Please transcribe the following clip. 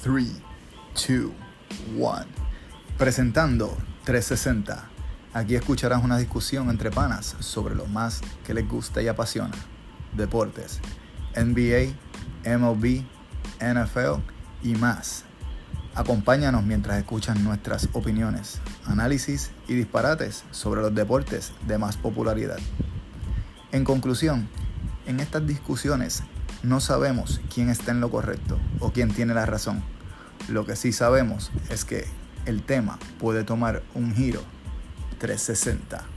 3, 2, 1. Presentando 360. Aquí escucharás una discusión entre panas sobre lo más que les gusta y apasiona. Deportes, NBA, MLB, NFL y más. Acompáñanos mientras escuchas nuestras opiniones, análisis y disparates sobre los deportes de más popularidad. En conclusión, en estas discusiones no sabemos quién está en lo correcto o quién tiene la razón. Lo que sí sabemos es que el tema puede tomar un giro 360.